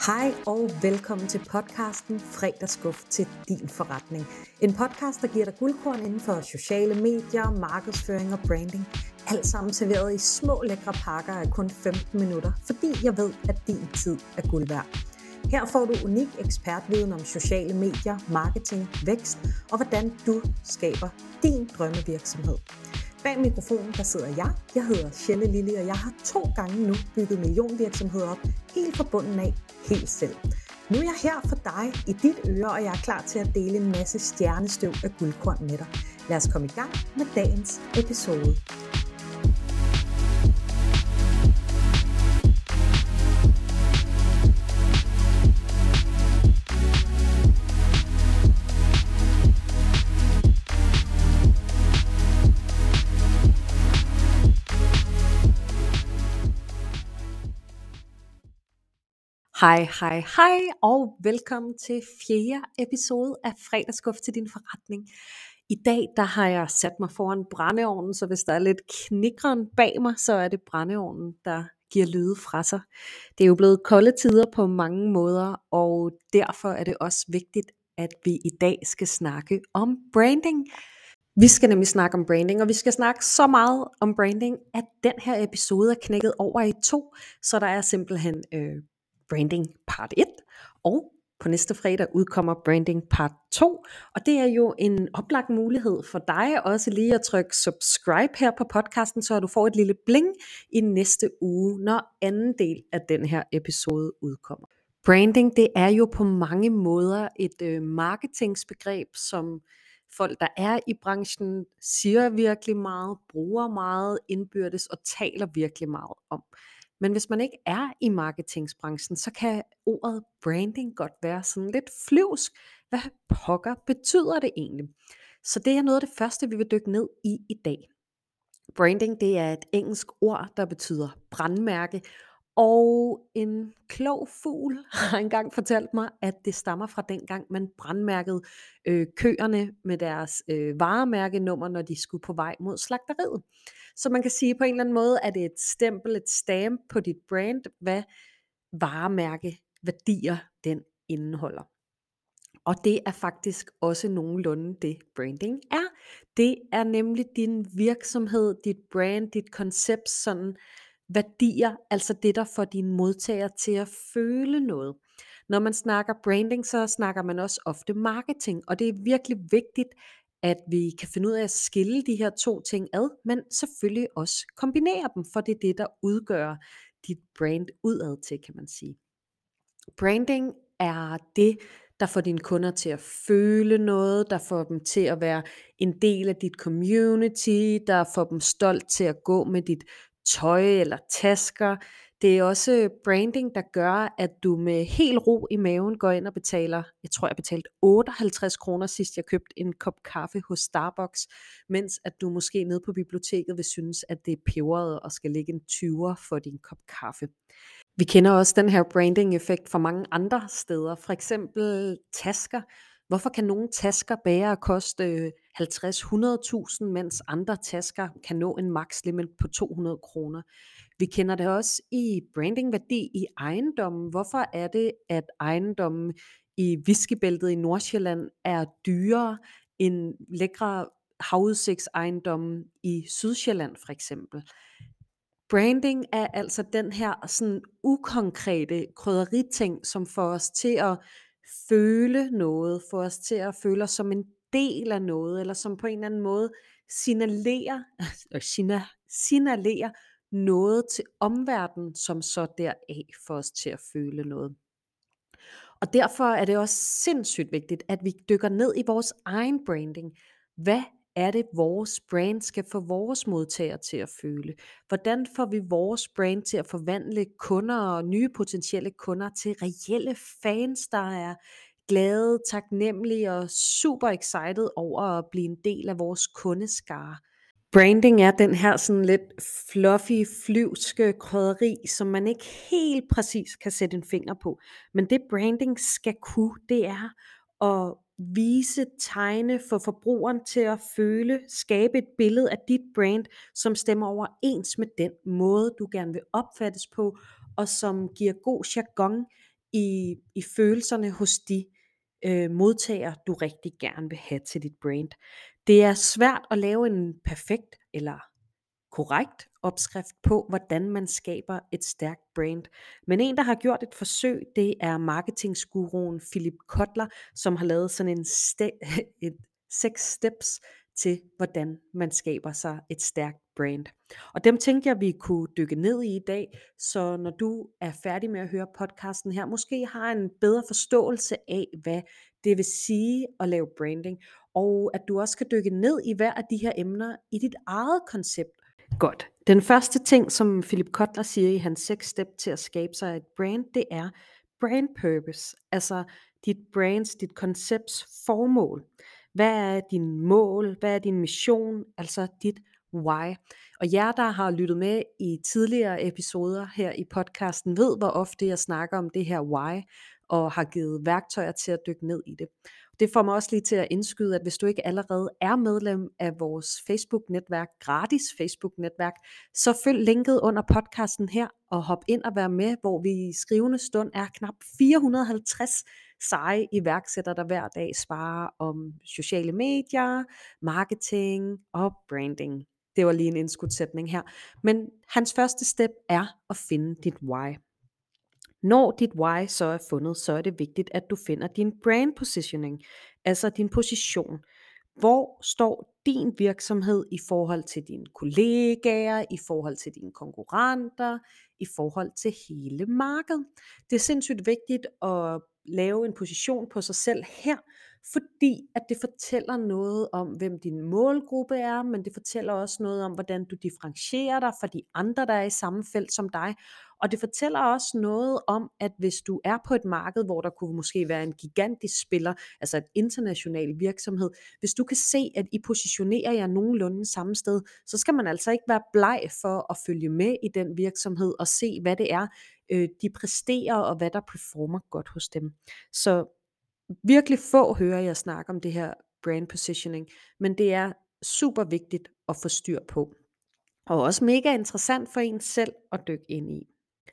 Hej og velkommen til podcasten Fredagsskuff til din forretning. En podcast, der giver dig guldkorn inden for sociale medier, markedsføring og branding. Alt sammen serveret i små lækre pakker af kun 15 minutter, fordi jeg ved, at din tid er guld værd. Her får du unik ekspertviden om sociale medier, marketing, vækst og hvordan du skaber din drømmevirksomhed. Bag mikrofonen der sidder jeg. Jeg hedder Shelle Lilly, og jeg har 2 gange nu bygget millionvirksomheder op, helt fra bunden af, helt selv. Nu er jeg her for dig i dit øre, og jeg er klar til at dele en masse stjernestøv af guldkorn med dig. Lad os komme i gang med dagens episode. Hej og velkommen til 4. episode af Fredagsskuff til din forretning. I dag der har jeg sat mig foran brændeovnen, så hvis der er lidt knigren bag mig, så er det brændeovnen, der giver lyde fra sig. Det er jo blevet kolde tider på mange måder, og derfor er det også vigtigt, at vi i dag skal snakke om branding. Vi skal nemlig snakke om branding, og vi skal snakke så meget om branding, at den her episode er knækket over i 2, så der er simpelthen branding part 1, og på næste fredag udkommer branding part 2, og det er jo en oplagt mulighed for dig også lige at trykke subscribe her på podcasten, så du får et lille bling i næste uge, når anden del af den her episode udkommer. Branding, det er jo på mange måder et marketingsbegreb, som folk, der er i branchen, siger virkelig meget, bruger meget indbyrdes og taler virkelig meget om. Men hvis man ikke er i marketingsbranchen, så kan ordet branding godt være sådan lidt flyvsk. Hvad pokker betyder det egentlig? Så det er noget af det første, vi vil dykke ned i dag. Branding, det er et engelsk ord, der betyder brandmærke. Og en klog fugl har engang fortalt mig, at det stammer fra dengang, man brandmærkede køerne med deres varemærkenummer, når de skulle på vej mod slagteriet. Så man kan sige på en eller anden måde, at det er et stempel, et stamp på dit brand, hvad varemærke værdier den indeholder. Og det er faktisk også nogenlunde det branding er. Det er nemlig din virksomhed, dit brand, dit koncept, sådan værdier, altså det der får dine modtagere til at føle noget. Når man snakker branding, så snakker man også ofte marketing, og det er virkelig vigtigt, at vi kan finde ud af at skille de her 2 ting ad, men selvfølgelig også kombinere dem, for det er det, der udgør dit brand udad til, kan man sige. Branding er det, der får dine kunder til at føle noget, der får dem til at være en del af dit community, der får dem stolt til at gå med dit tøj eller tasker. Det er også branding, der gør, at du med helt ro i maven går ind og betaler, jeg tror jeg betalte 58 kroner sidst jeg købte en kop kaffe hos Starbucks, mens at du måske nede på biblioteket vil synes, at det er peberet og skal ligge en 20'er for din kop kaffe. Vi kender også den her branding-effekt fra mange andre steder, for eksempel tasker. Hvorfor kan nogle tasker bære at koste 50-100.000, mens andre tasker kan nå en max limit på 200 kroner? Vi kender det også i brandingværdi i ejendommen. Hvorfor er det, at ejendommen i Viskebæltet i Nordsjælland er dyrere end lækre havudsigtsejendommen i Sydsjælland for eksempel? Branding er altså den her sådan ukonkrete krydderiting, som får os til at føle noget, får os til at føle os som en del af noget, eller som på en eller anden måde signalerer noget til omverdenen, som så deraf får os til at føle noget. Og derfor er det også sindssygt vigtigt, at vi dykker ned i vores egen branding. Hvad er det, vores brand skal få vores modtagere til at føle? Hvordan får vi vores brand til at forvandle kunder og nye potentielle kunder til reelle fans, der er glade, taknemmelige og super excited over at blive en del af vores kundeskare? Branding er den her sådan lidt fluffy, flyvske krydderi, som man ikke helt præcis kan sætte en finger på. Men det branding skal kunne, det er at vise, tegne, få forbrugeren til at føle, skabe et billede af dit brand, som stemmer overens med den måde, du gerne vil opfattes på, og som giver god jargon i følelserne hos de modtagere, du rigtig gerne vil have til dit brand. Det er svært at lave en perfekt eller korrekt opskrift på, hvordan man skaber et stærkt brand. Men en, der har gjort et forsøg, det er marketingsguruen Philip Kotler, som har lavet sådan et 6 steps til, hvordan man skaber sig et stærkt brand. Og dem tænkte jeg, vi kunne dykke ned i dag, så når du er færdig med at høre podcasten her, måske har en bedre forståelse af, hvad det vil sige at lave branding, og at du også skal dykke ned i hver af de her emner i dit eget koncept. Godt. Den første ting, som Philip Kotler siger i hans 6 step til at skabe sig et brand, det er brand purpose. Altså dit koncepts formål. Hvad er din mål? Hvad er din mission? Altså dit why. Og jer, der har lyttet med i tidligere episoder her i podcasten, ved, hvor ofte jeg snakker om det her why, og har givet værktøjer til at dykke ned i det. Det får mig også lige til at indskyde, at hvis du ikke allerede er medlem af vores Facebook-netværk, gratis Facebook-netværk, så følg linket under podcasten her og hop ind og vær med, hvor vi i skrivende stund er knap 450 seje iværksættere, der hver dag sparer om sociale medier, marketing og branding. Det var lige en indskudsætning her. Men hans første step er at finde dit why. Når dit why så er fundet, så er det vigtigt, at du finder din brand positioning, altså din position. Hvor står din virksomhed i forhold til dine kollegaer, i forhold til dine konkurrenter, i forhold til hele markedet? Det er sindssygt vigtigt at lave en position på sig selv her, fordi at det fortæller noget om, hvem din målgruppe er, men det fortæller også noget om, hvordan du differentierer dig fra de andre, der er i samme felt som dig. Og det fortæller også noget om, at hvis du er på et marked, hvor der kunne måske være en gigantisk spiller, altså et international virksomhed, hvis du kan se, at I positionerer jer nogenlunde samme sted, så skal man altså ikke være bleg for at følge med i den virksomhed og se, hvad det er, de præsterer og hvad der performer godt hos dem. Så virkelig få hører jeg snakke om det her brand positioning, men det er super vigtigt at få styr på. Og også mega interessant for en selv at dykke ind i.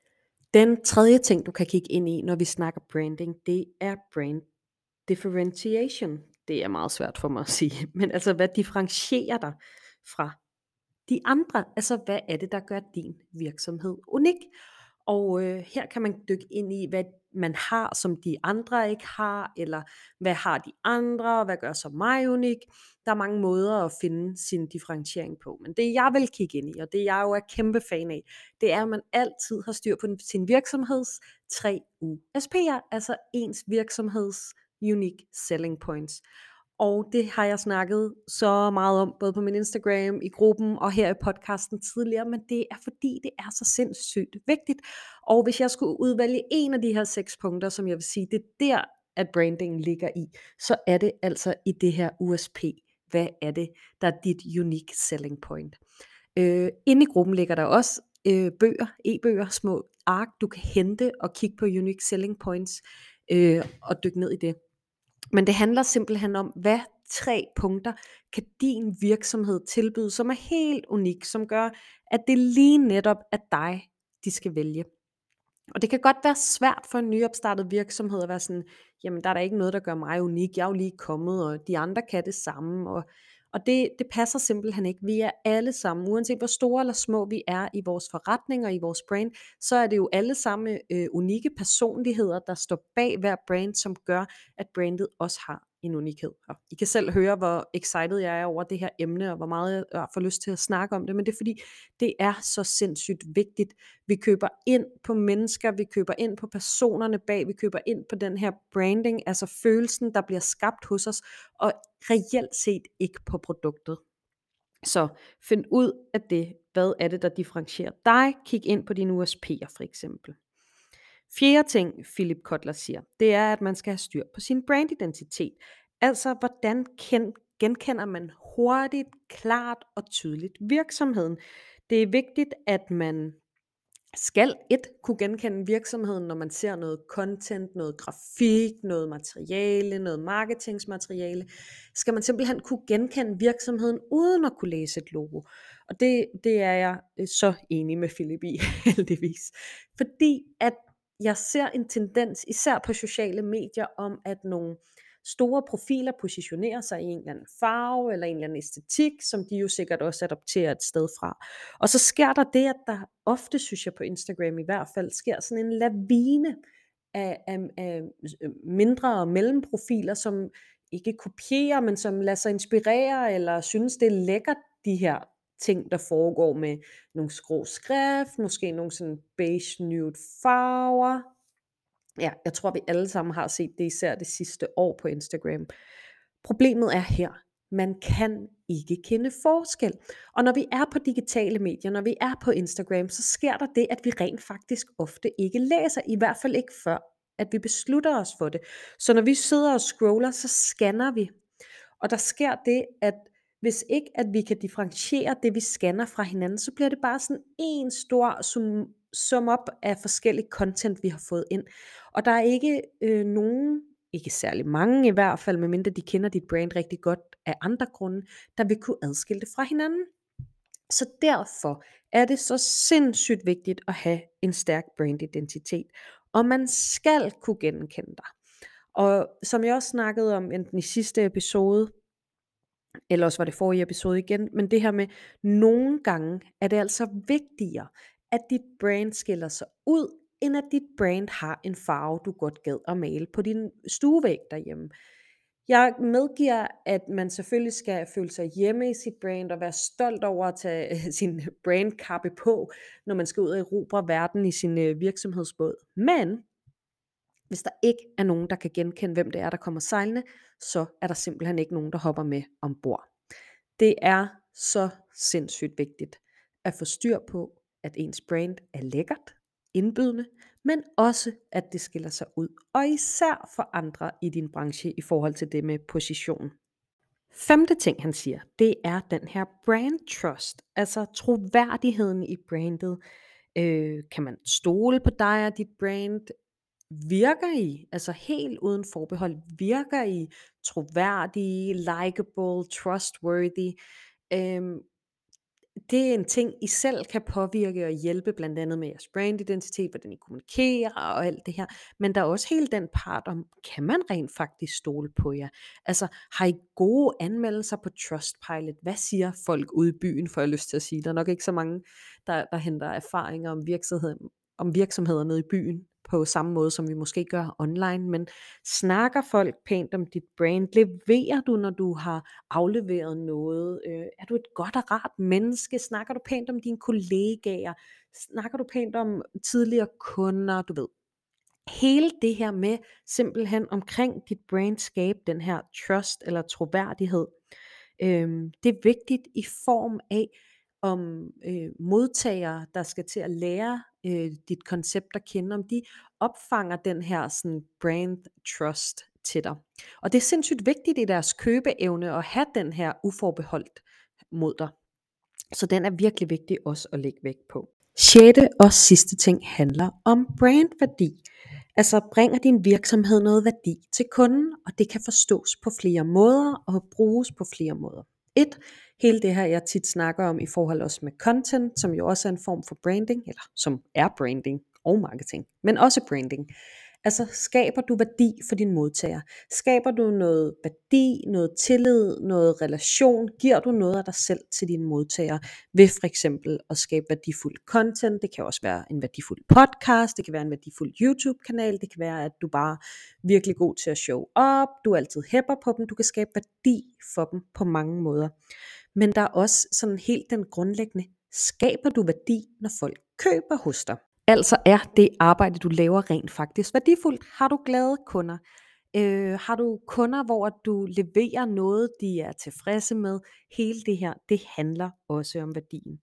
Den tredje ting, du kan kigge ind i, når vi snakker branding, det er brand differentiation. Det er meget svært for mig at sige, men altså hvad differentierer dig fra de andre? Altså hvad er det, der gør din virksomhed unik? Og her kan man dykke ind i, hvad man har, som de andre ikke har, eller hvad har de andre, og hvad gør så mig unik? Der er mange måder at finde sin differentiering på, men det jeg vil kigge ind i, og det jeg jo er kæmpe fan af, det er, at man altid har styr på sin virksomheds 3 USP'er, altså ens virksomheds unique selling points. Og det har jeg snakket så meget om, både på min Instagram, i gruppen og her i podcasten tidligere, men det er fordi, det er så sindssygt vigtigt. Og hvis jeg skulle udvælge en af de her 6 punkter, som jeg vil sige, det er der, at brandingen ligger i, så er det altså i det her USP. Hvad er det, der er dit unique selling point? Inde i gruppen ligger der også bøger, e-bøger, små ark, du kan hente og kigge på unique selling points og dykke ned i det. Men det handler simpelthen om, hvad 3 punkter kan din virksomhed tilbyde, som er helt unik, som gør, at det lige netop er dig, de skal vælge. Og det kan godt være svært for en nyopstartet virksomhed at være sådan, jamen der er der ikke noget, der gør mig unik, jeg er jo lige kommet, og de andre kan det samme, og det passer simpelthen ikke. Vi er alle sammen, uanset hvor store eller små vi er i vores forretning og i vores brand, så er det jo alle sammen unikke personligheder, der står bag hver brand, som gør, at brandet også har en unikhed. Og I kan selv høre, hvor excited jeg er over det her emne, og hvor meget jeg får lyst til at snakke om det, men det er fordi, det er så sindssygt vigtigt. Vi køber ind på mennesker, vi køber ind på personerne bag, vi køber ind på den her branding, altså følelsen, der bliver skabt hos os, og reelt set ikke på produktet. Så find ud af det. Hvad er det, der differentierer dig? Kig ind på dine USP'er for eksempel. Fjerde ting, Philip Kotler siger, det er, at man skal have styr på sin brandidentitet. Altså, hvordan genkender man hurtigt, klart og tydeligt virksomheden? Det er vigtigt, at man skal kunne genkende virksomheden, når man ser noget content, noget grafik, noget materiale, noget marketingsmateriale. Skal man simpelthen kunne genkende virksomheden, uden at kunne læse et logo. Og det er jeg så enig med Philip i, heldigvis. Fordi at jeg ser en tendens, især på sociale medier, om at nogle store profiler positionerer sig i en eller anden farve, eller en eller anden æstetik, som de jo sikkert også adopterer et sted fra. Og så sker der det, at der ofte, synes jeg på Instagram i hvert fald, sker sådan en lavine af mindre og mellemprofiler, som ikke kopierer, men som lader sig inspirere, eller synes det er lækkert, de her ting, der foregår med nogle skrå skrift, måske nogle sådan beige nude farver. Ja, jeg tror vi alle sammen har set det, især det sidste år på Instagram. Problemet er her, man kan ikke kende forskel. Og når vi er på digitale medier, når vi er på Instagram, så sker der det, at vi rent faktisk ofte ikke læser, i hvert fald ikke før, at vi beslutter os for det. Så når vi sidder og scroller, så scanner vi. Og der sker det, at hvis ikke at vi kan differentiere det, vi scanner fra hinanden, så bliver det bare sådan en stor sum op af forskellige content, vi har fået ind. Og der er ikke nogen, ikke særlig mange i hvert fald, medmindre de kender dit brand rigtig godt af andre grunde, der vil kunne adskille det fra hinanden. Så derfor er det så sindssygt vigtigt at have en stærk brandidentitet. Og man skal kunne genkende dig. Og som jeg også snakkede om enten i sidste episode, eller også var det forrige episode igen, men det her med, nogle gange er det altså vigtigere, at dit brand skiller sig ud, end at dit brand har en farve, du godt gad at male på din stuevæg derhjemme. Jeg medgiver, at man selvfølgelig skal føle sig hjemme i sit brand, og være stolt over at tage sin brandkappe på, når man skal ud og erobre verden i sin virksomhedsbåd. Men hvis der ikke er nogen, der kan genkende, hvem det er, der kommer sejlende, så er der simpelthen ikke nogen, der hopper med ombord. Det er så sindssygt vigtigt at få styr på, at ens brand er lækkert, indbydende, men også at det skiller sig ud, og især for andre i din branche i forhold til det med position. Femte ting, han siger, det er den her brand trust, altså troværdigheden i brandet. Kan man stole på dig og dit brand? Virker I, altså helt uden forbehold, virker I troværdige, likable, trustworthy? Øhm, det er en ting, I selv kan påvirke og hjælpe, blandt andet med jeres brandidentitet, hvordan I kommunikerer og alt det her. Men der er også hele den part om, kan man rent faktisk stole på jer? Altså, har I gode anmeldelser på Trustpilot? Hvad siger folk ude i byen, får jeg lyst til at sige? Der er nok ikke så mange, der henter erfaringer om virksomheder nede i byen på samme måde, som vi måske gør online, men snakker folk pænt om dit brand? Leverer du, når du har afleveret noget? Er du et godt og rart menneske? Snakker du pænt om dine kollegaer? Snakker du pænt om tidligere kunder? Du ved, hele det her med simpelthen omkring dit brand skabe den her trust eller troværdighed. Det er vigtigt i form af, om modtagere, der skal til at lære dit koncept at kende, om de opfanger den her sådan brand trust til dig. Og det er sindssygt vigtigt i deres købeevne at have den her uforbeholdt mod dig. Så den er virkelig vigtig også at lægge vægt på. Sjette og sidste ting handler om brandværdi. Altså bringer din virksomhed noget værdi til kunden, og det kan forstås på flere måder og bruges på flere måder. Hele det her, jeg tit snakker om i forhold også med content, som jo også er en form for branding, eller som er branding og marketing, men også branding. Altså skaber du værdi for din modtager? Skaber du noget værdi, noget tillid, noget relation? Giver du noget af dig selv til dine modtagere ved for eksempel at skabe værdifuld content? Det kan også være en værdifuld podcast, det kan være en værdifuld YouTube-kanal, det kan være, at du bare er virkelig god til at show up, du altid hæpper på dem, du kan skabe værdi for dem på mange måder. Men der er også sådan helt den grundlæggende, skaber du værdi, når folk køber hos dig? Altså er det arbejde, du laver rent faktisk værdifuldt? Har du glade kunder? Har du kunder, hvor du leverer noget, de er tilfredse med? Hele det her, det handler også om værdien.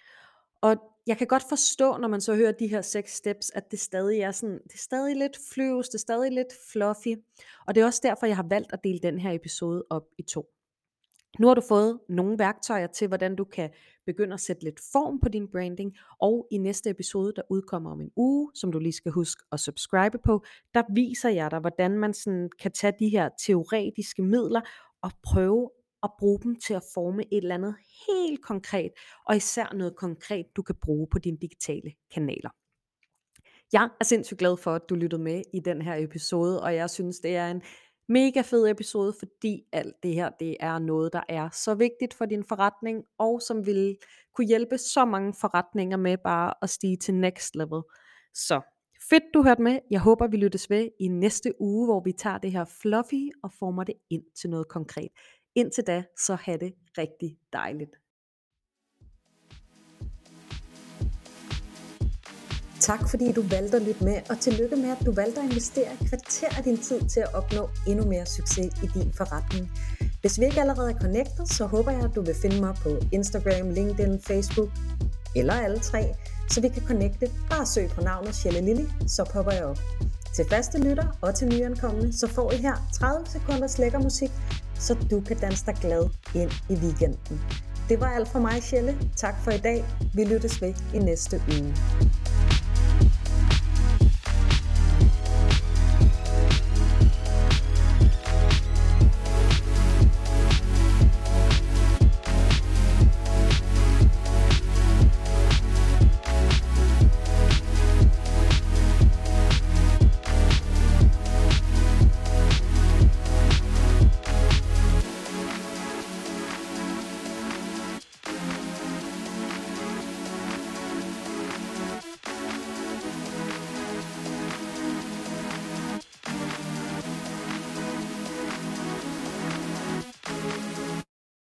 Og jeg kan godt forstå, når man så hører de her 6 steps, at det stadig er sådan, det er stadig lidt flyvs, det er stadig lidt fluffy. Og det er også derfor, jeg har valgt at dele den her episode op i 2. Nu har du fået nogle værktøjer til, hvordan du kan begynde at sætte lidt form på din branding, og i næste episode, der udkommer om en uge, som du lige skal huske at subscribe på, der viser jeg dig, hvordan man sådan kan tage de her teoretiske midler og prøve at bruge dem til at forme et eller andet helt konkret, og især noget konkret, du kan bruge på dine digitale kanaler. Jeg er sindssygt glad for, at du lyttede med i den her episode, og jeg synes, det er en mega fed episode, fordi alt det her, det er noget, der er så vigtigt for din forretning, og som vil kunne hjælpe så mange forretninger med bare at stige til next level. Så fedt, du hørte med. Jeg håber, vi lyttes ved i næste uge, hvor vi tager det her fluffy og former det ind til noget konkret. Indtil da, så have det rigtig dejligt. Tak fordi du valgte at lytte med, og tillykke med, at du valgte at investere et kvarter af din tid til at opnå endnu mere succes i din forretning. Hvis vi ikke allerede er connected, så håber jeg, at du vil finde mig på Instagram, LinkedIn, Facebook eller alle tre, så vi kan connecte. Bare søg på navnet Shelle Lily, så popper jeg op. Til faste lytter og til nyankomne, så får I her 30 sekunders lækker musik, så du kan danse dig glad ind i weekenden. Det var alt fra mig, Shelle. Tak for i dag. Vi lyttes ved i næste uge.